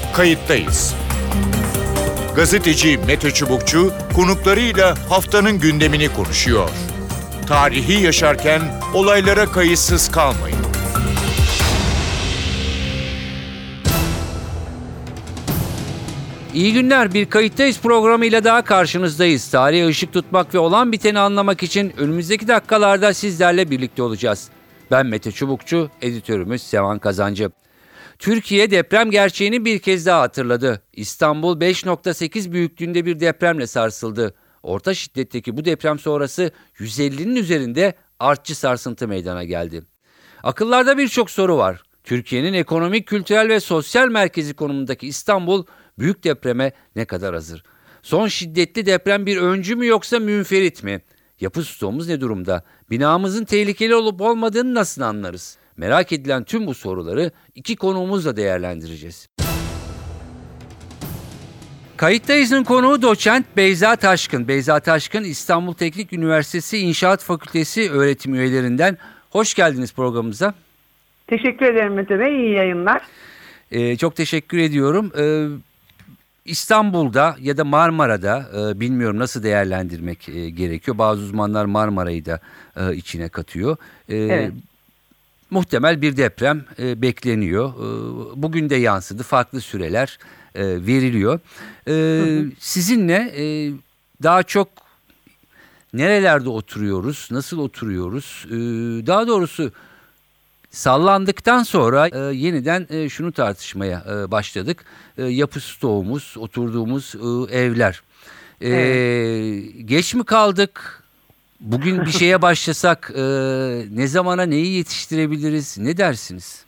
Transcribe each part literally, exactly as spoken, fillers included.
Kayıttayız. Gazeteci Mete Çubukçu konuklarıyla haftanın gündemini konuşuyor. Tarihi yaşarken olaylara kayıtsız kalmayın. İyi günler. Bir Kayıttayız programıyla daha karşınızdayız. Tarihe ışık tutmak ve olan biteni anlamak için önümüzdeki dakikalarda sizlerle birlikte olacağız. Ben Mete Çubukçu, editörümüz Sevan Kazancı. Türkiye deprem gerçeğini bir kez daha hatırladı. İstanbul beş nokta sekiz büyüklüğünde bir depremle sarsıldı. Orta şiddetteki bu deprem sonrası yüz ellinin üzerinde artçı sarsıntı meydana geldi. Akıllarda birçok soru var. Türkiye'nin ekonomik, kültürel ve sosyal merkezi konumundaki İstanbul büyük depreme ne kadar hazır? Son şiddetli deprem bir öncü mü yoksa münferit mi? Yapı stoğumuz ne durumda? Binamızın tehlikeli olup olmadığını nasıl anlarız? Merak edilen tüm bu soruları iki konuğumuzla değerlendireceğiz. Kayıttayız'ın konuğu doçent Beyza Taşkın. Beyza Taşkın İstanbul Teknik Üniversitesi İnşaat Fakültesi öğretim üyelerinden. Hoş geldiniz programımıza. Teşekkür ederim Mete Bey. İyi yayınlar. Ee, çok teşekkür ediyorum. Ee, İstanbul'da ya da Marmara'da e, bilmiyorum nasıl değerlendirmek e, gerekiyor. Bazı uzmanlar Marmara'yı da e, içine katıyor. E, Evet. Muhtemel bir deprem e, bekleniyor. E, bugün de yansıdı. Farklı süreler e, veriliyor. E, hı hı. Sizinle e, daha çok nerelerde oturuyoruz, nasıl oturuyoruz? E, daha doğrusu sallandıktan sonra e, yeniden e, şunu tartışmaya e, başladık. E, yapı stoğumuz, oturduğumuz e, evler. E, evet. Geç mi kaldık? Bugün bir şeye başlasak e, ne zamana neyi yetiştirebiliriz? Ne dersiniz?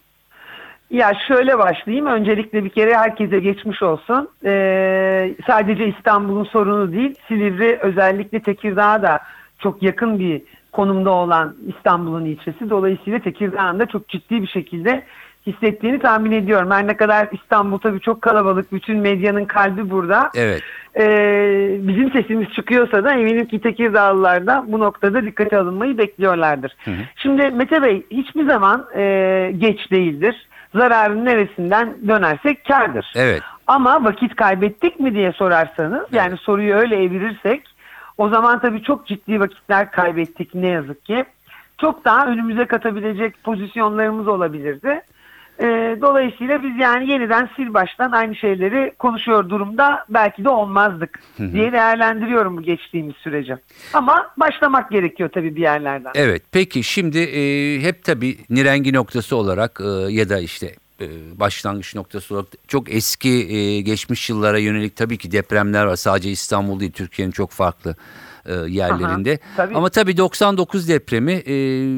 Ya şöyle başlayayım. Öncelikle bir kere herkese geçmiş olsun. Ee, sadece İstanbul'un sorunu değil. Silivri, özellikle Tekirdağ'a da çok yakın bir konumda olan İstanbul'un ilçesi. Dolayısıyla Tekirdağ'ın da çok ciddi bir şekilde hissettiğini tahmin ediyorum. Her ne kadar İstanbul tabii çok kalabalık, bütün medyanın kalbi burada. Evet. Ee, bizim sesimiz çıkıyorsa da eminim ki Tekirdağlılar da bu noktada dikkate alınmayı bekliyorlardır. Hı hı. Şimdi Mete Bey, hiçbir zaman e, geç değildir. Zararın neresinden dönersek kârdır. Evet. Ama vakit kaybettik mi diye sorarsanız, evet, yani soruyu öyle evirirsek, o zaman tabii çok ciddi vakitler kaybettik ne yazık ki. Çok daha önümüze katabilecek pozisyonlarımız olabilirdi. Ee, dolayısıyla biz yani yeniden sil baştan aynı şeyleri konuşuyor durumda belki de olmazdık hı hı. diye değerlendiriyorum bu geçtiğimiz süreci. Ama başlamak gerekiyor tabii bir yerlerden. Evet, peki şimdi e, hep tabii nirengi noktası olarak e, ya da işte e, başlangıç noktası olarak çok eski e, geçmiş yıllara yönelik tabii ki depremler var. Sadece İstanbul değil, Türkiye'nin çok farklı e, yerlerinde. Aha, tabii. Ama tabii doksan dokuz depremi e,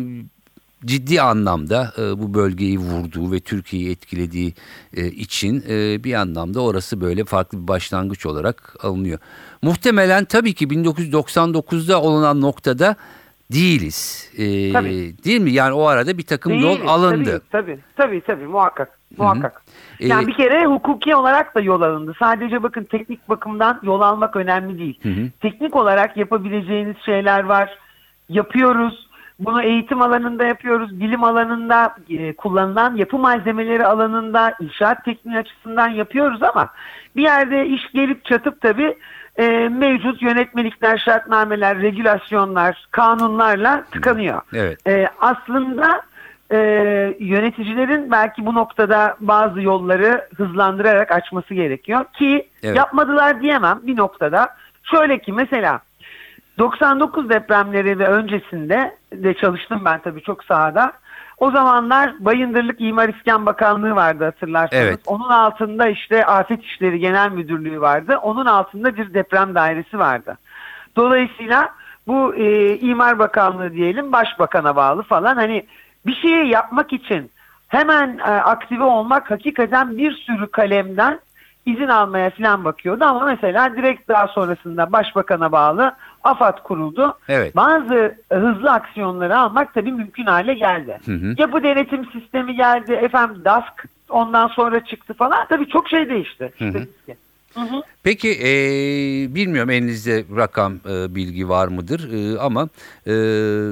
ciddi anlamda e, bu bölgeyi vurduğu ve Türkiye'yi etkilediği e, için e, bir anlamda orası böyle farklı bir başlangıç olarak alınıyor. Muhtemelen tabii ki bin dokuz yüz doksan dokuzda olunan noktada değiliz. E, değil mi? Yani o arada bir takım değiliz, yol alındı. Tabii tabii tabii, tabii muhakkak. Muhakkak. Hı hı. Yani ee, bir kere hukuki olarak da yol alındı. Sadece bakın teknik bakımdan yol almak önemli değil. Hı hı. Teknik olarak yapabileceğiniz şeyler var. Yapıyoruz. Bunu eğitim alanında yapıyoruz, bilim alanında, e, kullanılan yapı malzemeleri alanında, inşaat tekniği açısından yapıyoruz ama bir yerde iş gelip çatıp tabii e, mevcut yönetmelikler, şartnameler, regülasyonlar, kanunlarla tıkanıyor. Evet. E, aslında e, yöneticilerin belki bu noktada bazı yolları hızlandırarak açması gerekiyor ki evet, yapmadılar diyemem bir noktada. Şöyle ki mesela doksan dokuz depremleri ve öncesinde de çalıştım ben tabii çok sahada. O zamanlar Bayındırlık İmar İskan Bakanlığı vardı hatırlarsanız. Evet. Onun altında işte Afet İşleri Genel Müdürlüğü vardı. Onun altında bir deprem dairesi vardı. Dolayısıyla bu e, İmar Bakanlığı diyelim başbakana bağlı falan. Hani bir şeyi yapmak için hemen e, aktive olmak hakikaten bir sürü kalemden izin almaya falan bakıyordu ama mesela direkt daha sonrasında başbakana bağlı AFAD kuruldu. Evet. Bazı hızlı aksiyonları almak tabii mümkün hale geldi. Hı hı. Yapı denetim sistemi geldi, efendim D A S K ondan sonra çıktı falan. Tabii çok şey değişti. Hı hı. Hı hı. Peki e, bilmiyorum elinizde rakam e, bilgi var mıdır e, ama e,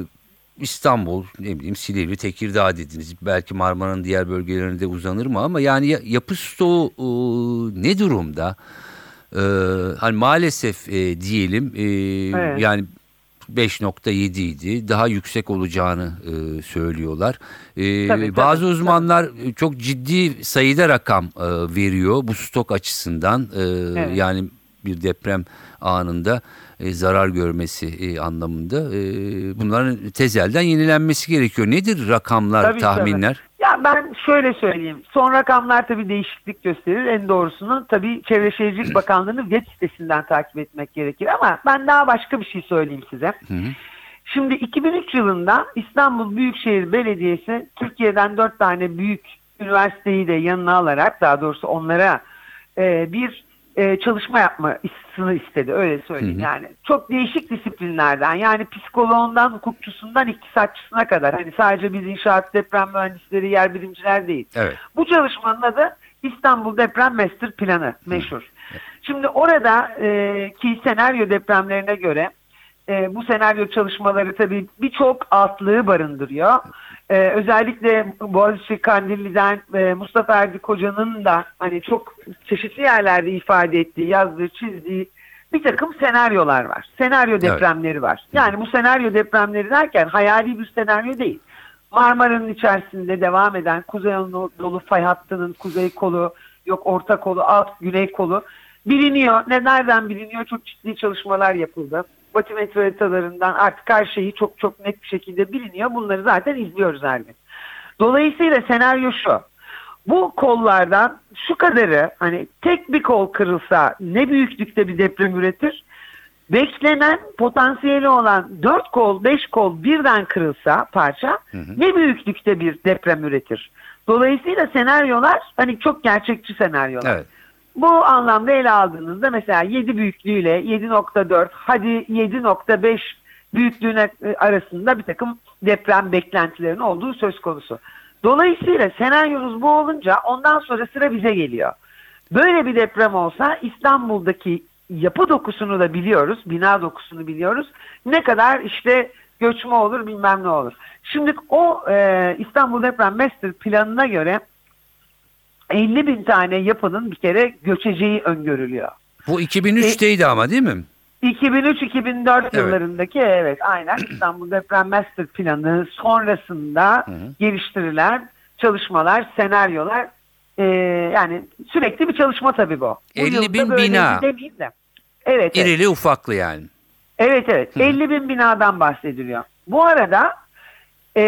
İstanbul, ne bileyim Silivri, Tekirdağ dediniz. Belki Marmara'nın diğer bölgelerinde uzanır mı ama yani yapı stoğu e, ne durumda? E, hani maalesef e, diyelim e, Evet. yani beş nokta yedi idi. Daha yüksek olacağını e, söylüyorlar. E, Tabii, bazı tabii, uzmanlar tabii. çok ciddi sayıda rakam e, veriyor bu stok açısından. E, Evet. Yani bir deprem anında e, zarar görmesi e, anlamında. E, bunların tezelden yenilenmesi gerekiyor. Nedir rakamlar, Tabii, tahminler? tabii. Ya ben şöyle söyleyeyim. Son rakamlar tabii değişiklik gösterir. En doğrusunu tabii Çevre Şehircilik Bakanlığı'nın web sitesinden takip etmek gerekir. Ama ben daha başka bir şey söyleyeyim size. Hı hı. Şimdi iki bin üç yılında İstanbul Büyükşehir Belediyesi Türkiye'den dört tane büyük üniversiteyi de yanına alarak, daha doğrusu onlara e, bir e, çalışma yapmasını istedi. Öyle söyleyeyim. Hı hı. Yani çok değişik disiplinlerden, yani psikoloğundan, hukukçusundan, iktisatçısına kadar. Hani sadece biz inşaat, deprem mühendisleri, yer bilimciler değil. Evet. Bu çalışmanın adı İstanbul Deprem Master Planı, meşhur. Şimdi orada e, ki senaryo depremlerine göre e, bu senaryo çalışmaları tabii birçok altlığı barındırıyor. E, özellikle Boğaziçi Kandilli'den e, Mustafa Erdik Hoca'nın da hani çok çeşitli yerlerde ifade ettiği, yazdığı, çizdiği bir takım senaryolar var. Senaryo depremleri evet. var. Yani bu senaryo depremleri derken hayali bir senaryo değil. Marmara'nın içerisinde devam eden Kuzey Anadolu fay hattının kuzey kolu, yok orta kolu, alt güney kolu biliniyor. Ne nereden biliniyor? Çok ciddi çalışmalar yapıldı. Batimetre haritalarından artık her şeyi çok çok net bir şekilde biliniyor. Bunları zaten izliyoruz her gün. Dolayısıyla senaryo şu. Bu kollardan şu kadarı, hani tek bir kol kırılsa ne büyüklükte bir deprem üretir? Beklenen potansiyeli olan dört kol, beş kol birden kırılsa parça hı hı. ne büyüklükte bir deprem üretir? Dolayısıyla senaryolar hani çok gerçekçi senaryolar. Evet. Bu anlamda ele aldığınızda mesela yedi büyüklüğüyle yedi nokta dört, hadi yedi nokta beş büyüklüğüne arasında bir takım deprem beklentilerinin olduğu söz konusu. Dolayısıyla senaryonuz bu olunca ondan sonra sıra bize geliyor. Böyle bir deprem olsa İstanbul'daki yapı dokusunu da biliyoruz, bina dokusunu biliyoruz. Ne kadar işte göçme olur bilmem ne olur. Şimdi o e, İstanbul Deprem Master Planı'na göre elli bin tane yapının bir kere göçeceği öngörülüyor. Bu iki bin üçteydi e, ama değil mi? iki bin üç iki bin dört evet. yıllarındaki evet aynen İstanbul Deprem Master Planı sonrasında hı hı. geliştirilen çalışmalar, senaryolar e, yani sürekli bir çalışma tabii bu. bu elli bin bina. De. Evet. İrili evet. ufaklı yani. Evet evet. Hı. elli bin binadan bahsediliyor. Bu arada e,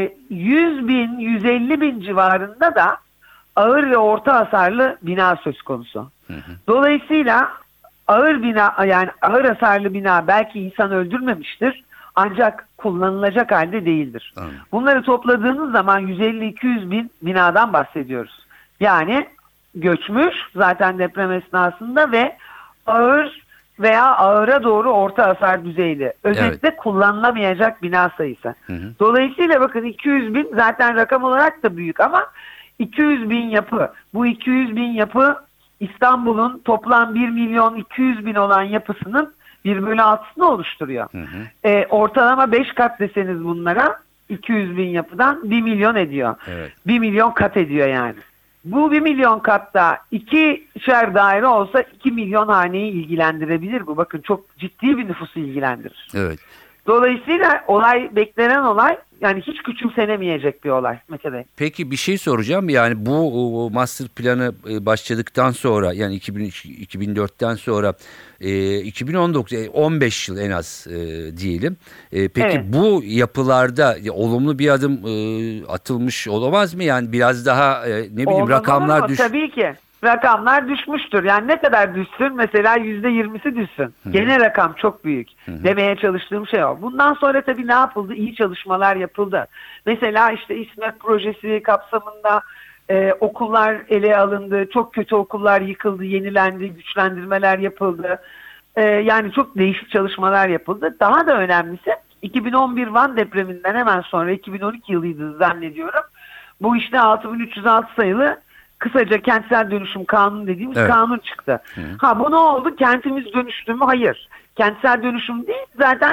yüz bin, yüz elli bin civarında da ağır ve orta hasarlı bina söz konusu. Hı hı. Dolayısıyla ağır bina, yani ağır hasarlı bina belki insan öldürmemiştir ancak kullanılacak halde değildir. Hı. Bunları topladığınız zaman yüz elli iki yüz bin binadan bahsediyoruz. Yani göçmüş zaten deprem esnasında ve ağır veya ağıra doğru orta hasar düzeyli. Özetle evet. kullanılamayacak bina sayısı. Hı hı. Dolayısıyla bakın iki yüz bin zaten rakam olarak da büyük ama iki yüz bin yapı. Bu iki yüz bin yapı İstanbul'un toplam bir milyon iki yüz bin olan yapısının bir bölü altısını oluşturuyor. Hı hı. E, ortalama beş kat deseniz bunlara iki yüz bin yapıdan bir milyon ediyor. Evet. bir milyon kat ediyor yani. Bu bir milyon katta ikişer daire olsa iki milyon haneyi ilgilendirebilir bu. Bakın çok ciddi bir nüfusu ilgilendirir. Evet. Dolayısıyla olay, beklenen olay yani hiç küçümsenemeyecek bir olay Mete Bey. Peki bir şey soracağım. Yani bu master planı başladıktan sonra yani iki bin üç iki bin dörtten sonra iki bin on dokuz on beş yıl en az diyelim. Peki evet. bu yapılarda olumlu bir adım atılmış olamaz mı? Yani biraz daha ne bileyim Olmaz rakamlar düş. Tabii ki. Rakamlar düşmüştür. Yani ne kadar düşsün? Mesela yüzde yirmisi düşsün. Hı. Gene rakam çok büyük. Hı hı. Demeye çalıştığım şey o. Bundan sonra tabii ne yapıldı? İyi çalışmalar yapıldı. Mesela işte İSMET projesi kapsamında e, okullar ele alındı. Çok kötü okullar yıkıldı, yenilendi, güçlendirmeler yapıldı. E, yani çok değişik çalışmalar yapıldı. Daha da önemlisi iki bin on bir Van depreminden hemen sonra iki bin on iki yılıydı zannediyorum. Bu işte altı bin üç yüz altı sayılı kısaca kentsel dönüşüm kanunu dediğimiz evet. kanun çıktı. Hı. Ha bu ne oldu? Kentimiz dönüştü mü? Hayır. Kentsel dönüşüm değil. Zaten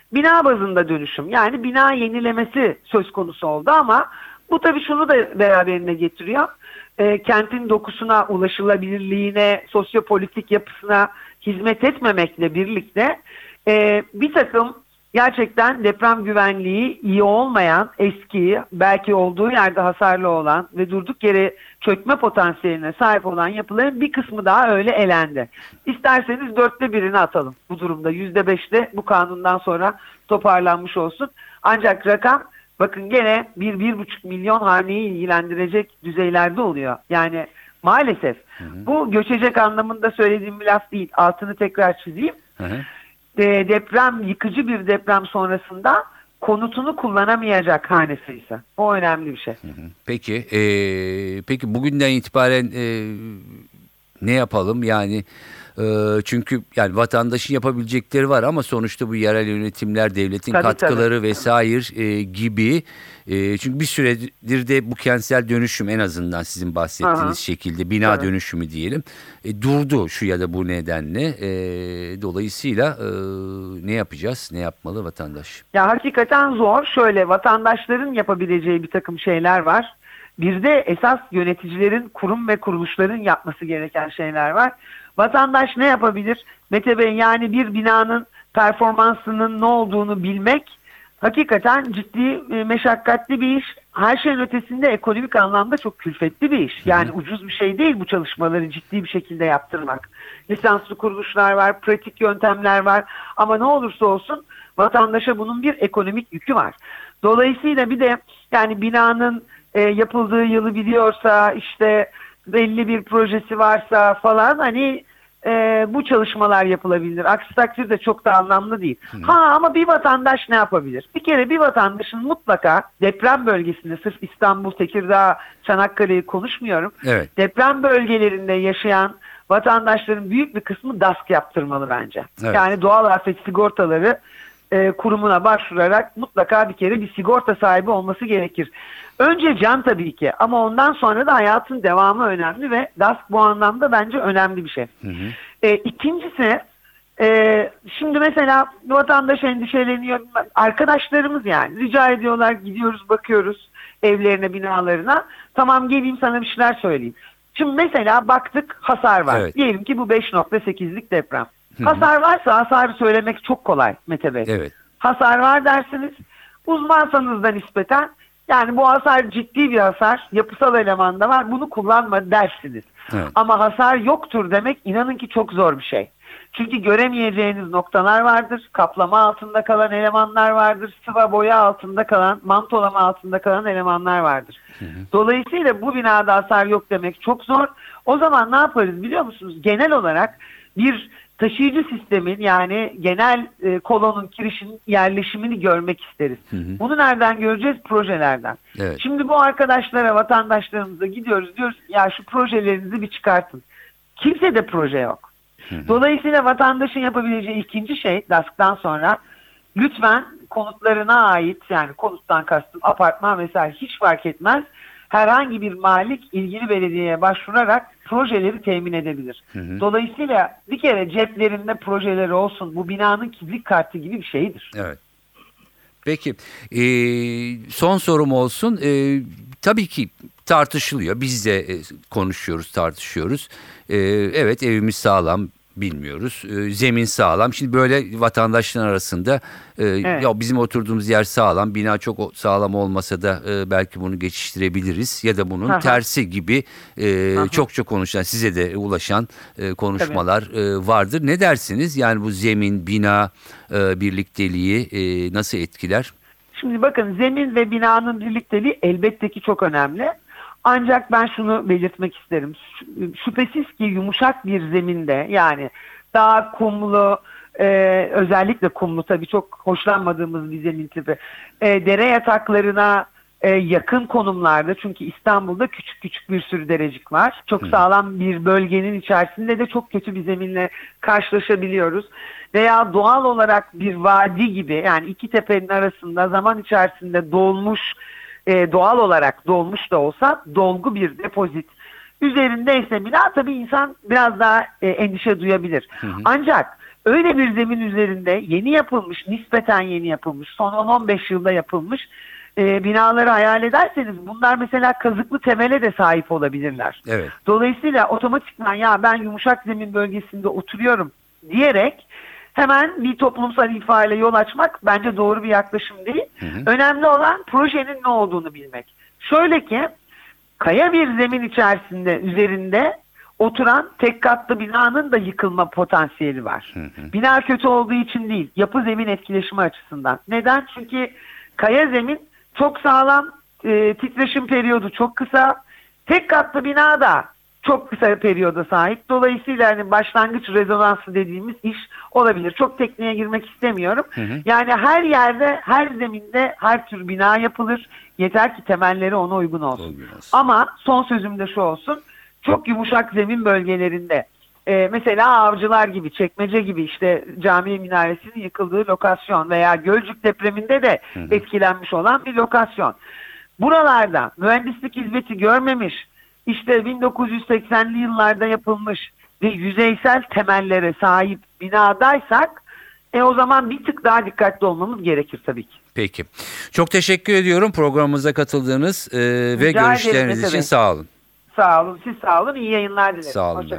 bina bazında dönüşüm, yani bina yenilemesi söz konusu oldu ama bu tabii şunu da beraberine getiriyor. E, kentin dokusuna, ulaşılabilirliğine, sosyopolitik yapısına hizmet etmemekle birlikte e, bir takım gerçekten deprem güvenliği iyi olmayan, eski, belki olduğu yerde hasarlı olan ve durduk yere çökme potansiyeline sahip olan yapıların bir kısmı daha öyle elendi. İsterseniz dörtte birini atalım bu durumda. Yüzde beşte bu kanundan sonra toparlanmış olsun. Ancak rakam bakın gene bir, bir buçuk milyon haneyi ilgilendirecek düzeylerde oluyor. Yani maalesef hı hı. bu göçecek anlamında söylediğim bir laf değil. Altını tekrar çizeyim. Hı hı. De, deprem, yıkıcı bir deprem sonrasında konutunu kullanamayacak hane sayısı. O önemli bir şey. Hı hı. Peki, e, peki bugünden itibaren e, ne yapalım? Yani e, çünkü yani vatandaşın yapabilecekleri var ama sonuçta bu yerel yönetimler, devletin tabii, katkıları tabii. vesaire e, gibi. E, çünkü bir süredir de bu kentsel dönüşüm, en azından sizin bahsettiğiniz Aha. şekilde bina tabii. dönüşümü diyelim e, durdu şu ya da bu nedenle. E, dolayısıyla e, ne yapacağız? Ne yapmalı vatandaş? Ya hakikaten zor. Şöyle, vatandaşların yapabileceği bir takım şeyler var. Bir de esas yöneticilerin, kurum ve kuruluşların yapması gereken şeyler var. Vatandaş ne yapabilir? Mete Bey, yani bir binanın performansının ne olduğunu bilmek hakikaten ciddi, meşakkatli bir iş. Her şeyin ötesinde ekonomik anlamda çok külfetli bir iş. Yani Hı-hı. ucuz bir şey değil bu çalışmaları ciddi bir şekilde yaptırmak. Lisanslı kuruluşlar var, pratik yöntemler var ama ne olursa olsun vatandaşa bunun bir ekonomik yükü var. Dolayısıyla bir de yani binanın e, yapıldığı yılı biliyorsa, işte belli bir projesi varsa falan, hani e, bu çalışmalar yapılabilir. Aksi takdirde çok da anlamlı değil. Hı. Ha ama bir vatandaş ne yapabilir? Bir kere bir vatandaşın mutlaka deprem bölgesinde, sırf İstanbul, Tekirdağ, Çanakkale'yi konuşmuyorum. Evet. Deprem bölgelerinde yaşayan vatandaşların büyük bir kısmı D A S K yaptırmalı bence. Evet. Yani doğal afet sigortaları e, kurumuna başvurarak mutlaka bir kere bir sigorta sahibi olması gerekir. Önce can tabii ki ama ondan sonra da hayatın devamı önemli ve D A S K bu anlamda bence önemli bir şey. Hı hı. E, ikincisi, e, şimdi mesela vatandaş endişeleniyor. Arkadaşlarımız yani rica ediyorlar, gidiyoruz bakıyoruz evlerine, binalarına. Tamam, geleyim sana bir şeyler söyleyeyim. Şimdi mesela baktık, hasar var. Evet. Diyelim ki bu beş nokta sekizlik deprem. Hı hı. Hasar varsa hasarı söylemek çok kolay Mete Bey. Evet. Hasar var dersiniz. Uzmansanız da nispeten, yani bu hasar ciddi bir hasar, yapısal elemanda var, bunu kullanma dersiniz. Evet. Ama hasar yoktur demek, inanın ki çok zor bir şey. Çünkü göremeyeceğiniz noktalar vardır, kaplama altında kalan elemanlar vardır, sıva boya altında kalan, mantolama altında kalan elemanlar vardır. Hı hı. Dolayısıyla bu binada hasar yok demek çok zor. O zaman ne yaparız biliyor musunuz? Genel olarak bir taşıyıcı sistemin, yani genel e, kolonun, kirişin yerleşimini görmek isteriz. Hı hı. Bunu nereden göreceğiz? Projelerden. Evet. Şimdi bu arkadaşlara, vatandaşlarımıza gidiyoruz, diyoruz ya şu projelerinizi bir çıkartın. Kimse de proje yok. Hı hı. Dolayısıyla vatandaşın yapabileceği ikinci şey, D A S K'tan sonra lütfen konutlarına ait, yani konuttan kastım apartman vesaire hiç fark etmez, herhangi bir malik ilgili belediyeye başvurarak projeleri temin edebilir. Hı hı. Dolayısıyla bir kere ceplerinde projeleri olsun, bu binanın kimlik kartı gibi bir şeydir. Evet. Peki e, son sorum olsun. E, tabii ki tartışılıyor. Biz de e, konuşuyoruz, tartışıyoruz. E, evet, evimiz sağlam, bilmiyoruz. E, zemin sağlam. Şimdi böyle vatandaşların arasında e, evet. ya bizim oturduğumuz yer sağlam, bina çok sağlam olmasa da e, belki bunu geçiştirebiliriz ya da bunun Aha. tersi gibi e, çok çok konuşulan, size de ulaşan e, konuşmalar e, vardır. Ne dersiniz? Yani bu zemin, bina e, birlikteliği e, nasıl etkiler? Şimdi bakın, zemin ve binanın birlikteliği elbette ki çok önemli. Ancak ben şunu belirtmek isterim. Şüphesiz ki yumuşak bir zeminde, yani daha kumlu, e, özellikle kumlu, tabii çok hoşlanmadığımız bir zemin tipi, e, dere yataklarına e, yakın konumlarda, çünkü İstanbul'da küçük küçük bir sürü derecik var. Çok sağlam bir bölgenin içerisinde de çok kötü bir zeminle karşılaşabiliyoruz. Veya doğal olarak bir vadi gibi, yani iki tepenin arasında zaman içerisinde dolmuş, E, doğal olarak dolmuş da olsa dolgu bir depozit üzerindeyse bina, tabii insan biraz daha e, endişe duyabilir. Hı hı. Ancak Öyle bir zemin üzerinde yeni yapılmış, nispeten yeni yapılmış, son on on beş yılda yapılmış e, binaları hayal ederseniz bunlar mesela kazıklı temele de sahip olabilirler. Evet. Dolayısıyla otomatikman ya ben yumuşak zemin bölgesinde oturuyorum diyerek hemen bir toplumsal ifade yol açmak bence doğru bir yaklaşım değil. Hı hı. Önemli olan projenin ne olduğunu bilmek. Şöyle ki kaya bir zemin içerisinde üzerinde oturan tek katlı binanın da yıkılma potansiyeli var. Hı hı. Bina kötü olduğu için değil, yapı zemin etkileşimi açısından. Neden? Çünkü kaya zemin çok sağlam, e, titreşim periyodu çok kısa, tek katlı bina da çok kısa periyoda sahip. Dolayısıyla hani başlangıç rezonansı dediğimiz iş olabilir. Çok tekniğe girmek istemiyorum. Hı hı. Yani her yerde, her zeminde her tür bina yapılır. Yeter ki temelleri ona uygun olsun. Uygun olsun. Ama son sözüm de şu olsun. Çok yumuşak zemin bölgelerinde e, mesela Avcılar gibi, Çekmece gibi işte cami minaresinin yıkıldığı lokasyon veya Gölcük depreminde de hı hı. etkilenmiş olan bir lokasyon. Buralarda mühendislik hizmeti görmemiş, işte bin dokuz yüz seksenli yıllarda yapılmış ve yüzeysel temellere sahip binadaysak e o zaman bir tık daha dikkatli olmamız gerekir tabii ki. Peki. Çok teşekkür ediyorum programımıza katıldığınız e, ve görüşleriniz için sağ olun. Sağ olun. Siz sağ olun. İyi yayınlar dilerim. Sağ olun.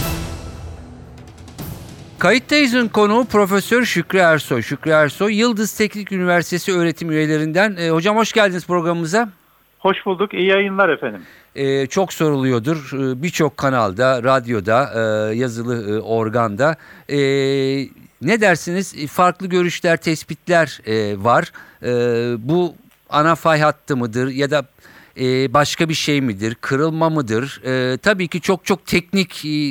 Kayıttayız'ın konuğu Profesör Şükrü Ersoy. Şükrü Ersoy, Yıldız Teknik Üniversitesi öğretim üyelerinden. E, hocam hoş geldiniz programımıza. Hoş bulduk. İyi yayınlar efendim. Ee, çok soruluyordur. Ee, birçok kanalda, radyoda, e, yazılı e, organda. E, ne dersiniz? Farklı görüşler, tespitler e, var. E, bu ana fay hattı mıdır ya da e, başka bir şey midir? Kırılma mıdır? E, tabii ki çok çok teknik e,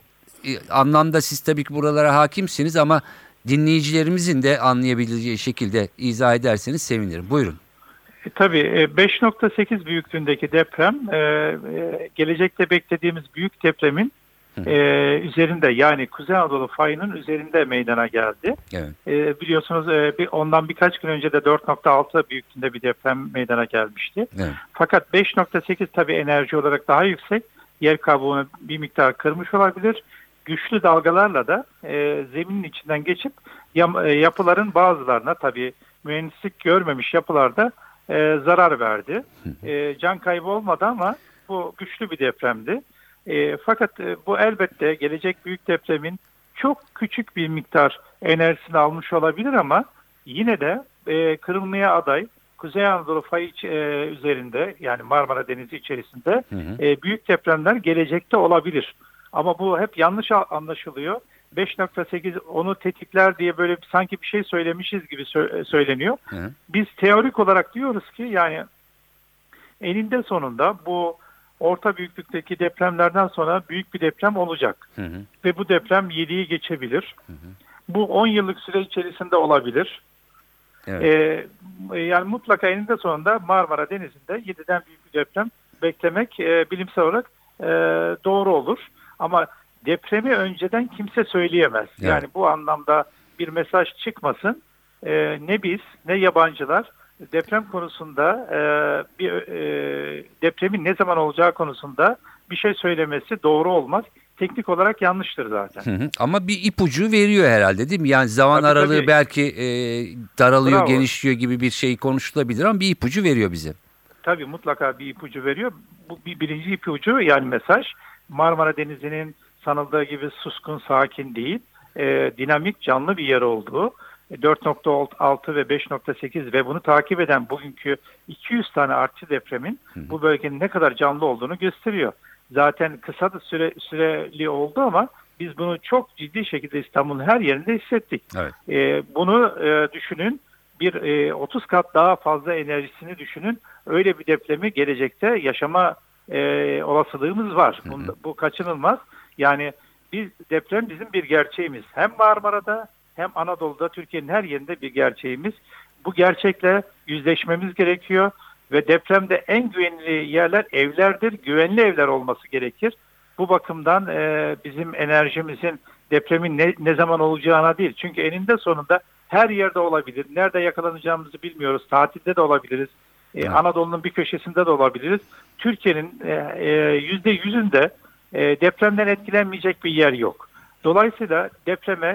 e, anlamda siz tabii ki buralara hakimsiniz ama dinleyicilerimizin de anlayabileceği şekilde izah ederseniz sevinirim. Buyurun. E, tabii beş nokta sekiz büyüklüğündeki deprem e, e, gelecekte beklediğimiz büyük depremin e, üzerinde, yani Kuzey Anadolu fayının üzerinde meydana geldi. Evet. E, biliyorsunuz e, bir, ondan birkaç gün önce de dört nokta altı büyüklüğünde bir deprem meydana gelmişti. Evet. Fakat beş nokta sekiz tabii enerji olarak daha yüksek. Yer kabuğunu bir miktar kırmış olabilir. Güçlü dalgalarla da e, zeminin içinden geçip yam, e, yapıların bazılarına, tabii mühendislik görmemiş yapılarda e, zarar verdi. E, can kaybı olmadı ama bu güçlü bir depremdi. E, fakat e, bu elbette gelecek büyük depremin çok küçük bir miktar enerjisini almış olabilir ama yine de e, kırılmaya aday Kuzey Anadolu fayı e, üzerinde, yani Marmara Denizi içerisinde hı hı. E, büyük depremler gelecekte olabilir. Ama bu hep yanlış anlaşılıyor. beş nokta sekiz onu tetikler diye böyle sanki bir şey söylemişiz gibi sö- söyleniyor. Hı. Biz teorik olarak diyoruz ki yani eninde sonunda bu orta büyüklükteki depremlerden sonra büyük bir deprem olacak. Hı hı. Ve bu deprem yediyi geçebilir. Hı hı. Bu on yıllık süre içerisinde olabilir. Evet. Ee, yani mutlaka eninde sonunda Marmara Denizi'nde yediden büyük bir deprem beklemek e, bilimsel olarak e, doğru olur. Ama depremi önceden kimse söyleyemez. Evet. Yani bu anlamda bir mesaj çıkmasın. Ee, ne biz ne yabancılar deprem konusunda e, bir e, depremin ne zaman olacağı konusunda bir şey söylemesi doğru olmaz. Teknik olarak yanlıştır zaten. Hı hı. Ama bir ipucu veriyor herhalde, değil mi? Yani zaman tabii, aralığı tabii. belki e, daralıyor, Bravo. genişliyor gibi bir şey konuşulabilir ama bir ipucu veriyor bize. Tabii mutlaka bir ipucu veriyor. Bu bir birinci ipucu, yani mesaj. Marmara Denizi'nin sanıldığı gibi suskun, sakin değil, e, dinamik, canlı bir yer olduğu, dört nokta altı ve beş nokta sekiz ve bunu takip eden bugünkü iki yüz tane artçı depremin Hı. bu bölgenin ne kadar canlı olduğunu gösteriyor. Zaten kısa da süre, süreli oldu ama biz bunu çok ciddi şekilde İstanbul'un her yerinde hissettik. Evet. E, bunu e, düşünün, bir e, otuz kat daha fazla enerjisini düşünün, öyle bir depremi gelecekte yaşama e, olasılığımız var. Hı hı. Bu, bu kaçınılmaz. Yani biz, deprem bizim bir gerçeğimiz. Hem Marmara'da hem Anadolu'da, Türkiye'nin her yerinde bir gerçeğimiz. Bu gerçekle yüzleşmemiz gerekiyor ve depremde en güvenli yerler evlerdir. Güvenli evler olması gerekir. Bu bakımdan e, bizim enerjimizin depremin ne, ne zaman olacağına değil. Çünkü eninde sonunda her yerde olabilir. Nerede yakalanacağımızı bilmiyoruz. Tatilde de olabiliriz. E, Anadolu'nun bir köşesinde de olabiliriz. Türkiye'nin yüzde yüzünde e, depremden etkilenmeyecek bir yer yok. Dolayısıyla depreme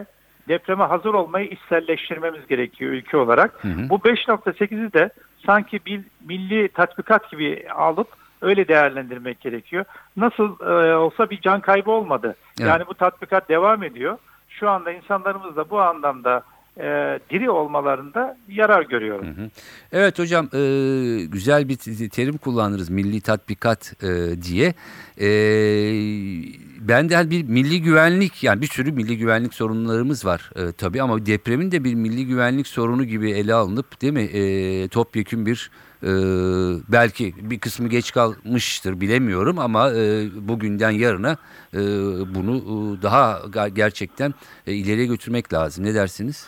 depreme hazır olmayı içselleştirmemiz gerekiyor ülke olarak. Hı hı. Bu beş nokta sekizi de sanki bir milli tatbikat gibi alıp öyle değerlendirmek gerekiyor. Nasıl e, olsa bir can kaybı olmadı. Evet. Yani bu tatbikat devam ediyor. Şu anda insanlarımız da bu anlamda e, diri olmalarında yarar görüyorum. Hı hı. Evet hocam, e, güzel bir terim kullanırız, milli tatbikat e, diye. E, ben de bir milli güvenlik, yani bir sürü milli güvenlik sorunlarımız var e, tabii, ama depremin de bir milli güvenlik sorunu gibi ele alınıp, değil mi, e, topyekün bir e, belki bir kısmı geç kalmıştır bilemiyorum, ama e, bugünden yarına e, bunu e, daha gerçekten e, ileriye götürmek lazım. Ne dersiniz?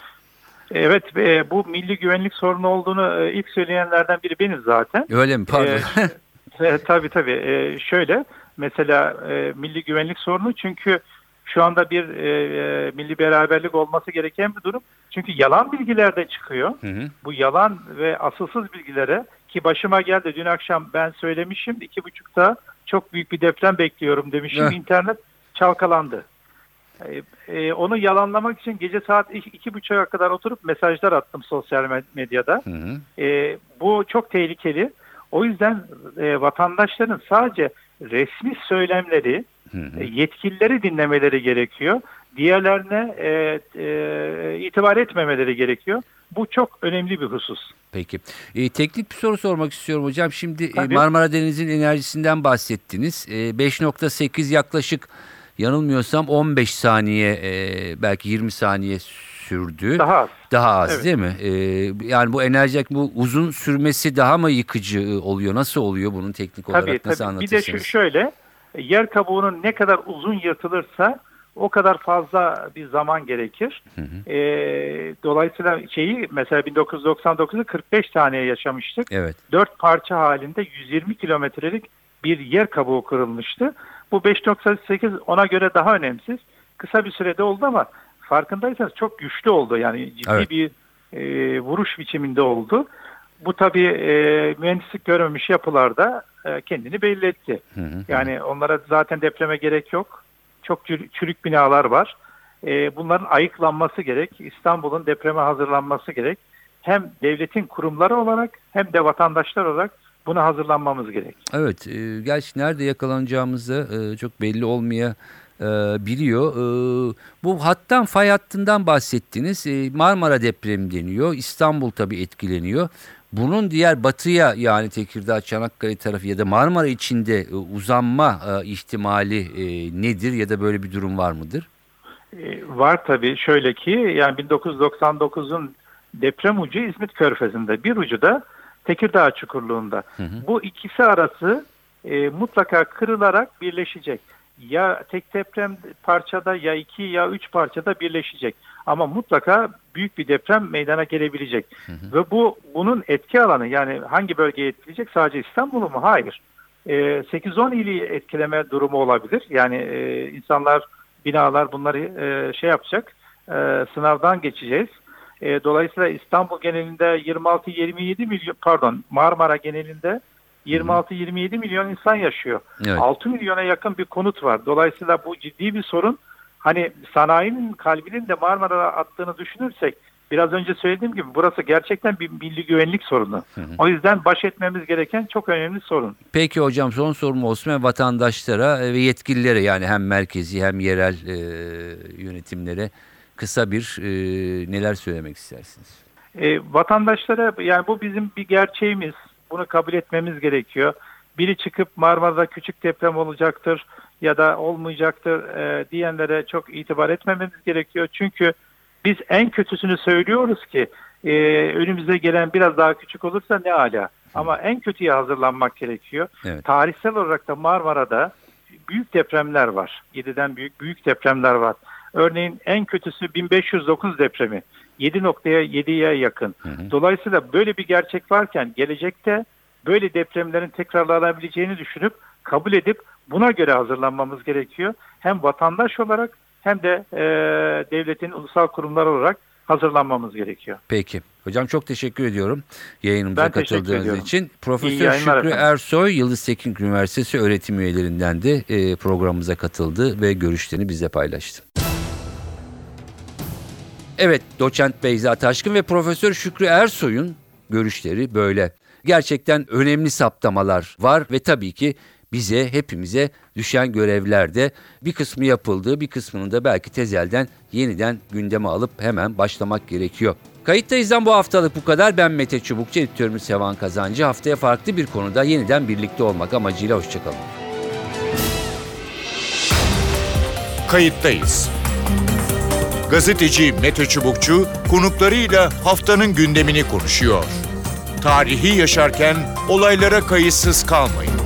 Evet, e, bu milli güvenlik sorunu olduğunu e, ilk söyleyenlerden biri benim zaten. Öyle mi? Pardon. E, e, tabii tabii. E, şöyle, mesela e, milli güvenlik sorunu, çünkü şu anda bir e, milli beraberlik olması gereken bir durum. Çünkü yalan bilgiler de çıkıyor. Hı hı. Bu yalan ve asılsız bilgilere, ki başıma geldi dün akşam, ben söylemişim iki buçukta çok büyük bir deprem bekliyorum demişim. İnternet çalkalandı. E, e, onu yalanlamak için gece saat iki buçuğa kadar oturup mesajlar attım sosyal medyada. Hı hı. E, bu çok tehlikeli. O yüzden e, vatandaşların sadece resmi söylemleri, hı hı. E, yetkilileri dinlemeleri gerekiyor. Diğerlerine e, e, itibar etmemeleri gerekiyor. Bu çok önemli bir husus. Peki. E, teknik bir soru sormak istiyorum hocam. Şimdi e, Marmara Denizi'nin enerjisinden bahsettiniz. E, beş nokta sekiz yaklaşık, yanılmıyorsam on beş saniye, e, belki yirmi saniye sürdü. Daha az. Daha az, evet. Değil mi? E, yani bu enerji, bu uzun sürmesi daha mı yıkıcı oluyor? Nasıl oluyor bunun teknik olarak? Tabii, nasıl tabii. Anlatırsınız? Bir de şu, şöyle, yer kabuğunun ne kadar uzun yırtılırsa o kadar fazla bir zaman gerekir. Hı hı. E, dolayısıyla şeyi mesela bin dokuz yüz doksan dokuzu kırk beş taneye yaşamıştık. Evet. dört parça halinde yüz yirmi kilometrelik bir yer kabuğu kırılmıştı. Bu beş nokta sekiz ona göre daha önemsiz. Kısa bir sürede oldu ama farkındaysanız çok güçlü oldu. Yani ciddi evet. bir e, vuruş biçiminde oldu. Bu tabii e, mühendislik görmemiş yapılarda e, kendini belli etti. Hı hı. Yani onlara zaten depreme gerek yok. Çok çürük binalar var. E, bunların ayıklanması gerek. İstanbul'un depreme hazırlanması gerek. Hem devletin kurumları olarak hem de vatandaşlar olarak buna hazırlanmamız gerek. Evet, e, gerçi nerede yakalanacağımız da e, çok belli olmayabiliyor. E, bu hattan, fay hattından bahsettiniz. E, Marmara depremi deniyor. İstanbul tabii etkileniyor. Bunun diğer batıya, yani Tekirdağ, Çanakkale tarafı ya da Marmara içinde e, uzanma e, ihtimali e, nedir, ya da böyle bir durum var mıdır? E, var tabii. Şöyle ki, yani bin dokuz yüz doksan dokuzun deprem ucu İzmit Körfezi'nde, bir ucu da Tekirdağ Çukurluğu'nda. Hı hı. Bu ikisi arası e, mutlaka kırılarak birleşecek. Ya tek deprem parçada, ya iki ya üç parçada birleşecek. Ama mutlaka büyük bir deprem meydana gelebilecek. Hı hı. Ve bu bunun etki alanı, yani hangi bölgeyi etkileyecek? Sadece İstanbul'u mu? Hayır. E, sekiz on ili etkileme durumu olabilir. Yani e, insanlar, binalar bunları e, şey yapacak. E, sınavdan geçeceğiz. E, dolayısıyla İstanbul genelinde yirmi altı yirmi yedi milyon, pardon Marmara genelinde yirmi altı yirmi yedi milyon insan yaşıyor. Evet. altı milyona yakın bir konut var. Dolayısıyla bu ciddi bir sorun. Hani sanayinin kalbinin de Marmara'ya attığını düşünürsek, biraz önce söylediğim gibi burası gerçekten bir milli güvenlik sorunu. Hı hı. O yüzden baş etmemiz gereken çok önemli sorun. Peki hocam, son sorum olsun, vatandaşlara ve yetkililere, yani hem merkezi hem yerel e, yönetimlere kısa bir e, neler söylemek istersiniz? E, vatandaşlara, yani bu bizim bir gerçeğimiz. Bunu kabul etmemiz gerekiyor. Biri çıkıp Marmara'da küçük deprem olacaktır ya da olmayacaktır e, diyenlere çok itibar etmememiz gerekiyor. Çünkü biz en kötüsünü söylüyoruz ki e, önümüze gelen biraz daha küçük olursa ne âlâ. Ama en kötüye hazırlanmak gerekiyor. Evet. Tarihsel olarak da Marmara'da büyük depremler var. yediden büyük büyük depremler var. Örneğin en kötüsü bin beş yüz dokuz depremi. yedi nokta yediye yakın. Hı hı. Dolayısıyla böyle bir gerçek varken gelecekte böyle depremlerin tekrarlanabileceğini düşünüp kabul edip buna göre hazırlanmamız gerekiyor. Hem vatandaş olarak hem de e, devletin ulusal kurumları olarak hazırlanmamız gerekiyor. Peki. Hocam çok teşekkür ediyorum yayınımıza ben katıldığınız için. Profesör Şükrü efendim. Ersoy, Yıldız Teknik Üniversitesi öğretim üyelerinden de e, programımıza katıldı ve görüşlerini bizle paylaştı. Evet, doçent Beyza Taşkın ve Profesör Şükrü Ersoy'un görüşleri böyle. Gerçekten önemli saptamalar var ve tabii ki bize, hepimize düşen görevlerde bir kısmı yapıldı, bir kısmını da belki tezelden yeniden gündeme alıp hemen başlamak gerekiyor. Kayıttayız'dan bu haftalık bu kadar. Ben Mete Çubukçu, editörümüz Sevan Kazancı. Haftaya farklı bir konuda yeniden birlikte olmak amacıyla hoşçakalın. Kayıttayız. Gazeteci Mete Çubukçu konuklarıyla haftanın gündemini konuşuyor. Tarihi yaşarken olaylara kayıtsız kalmayın.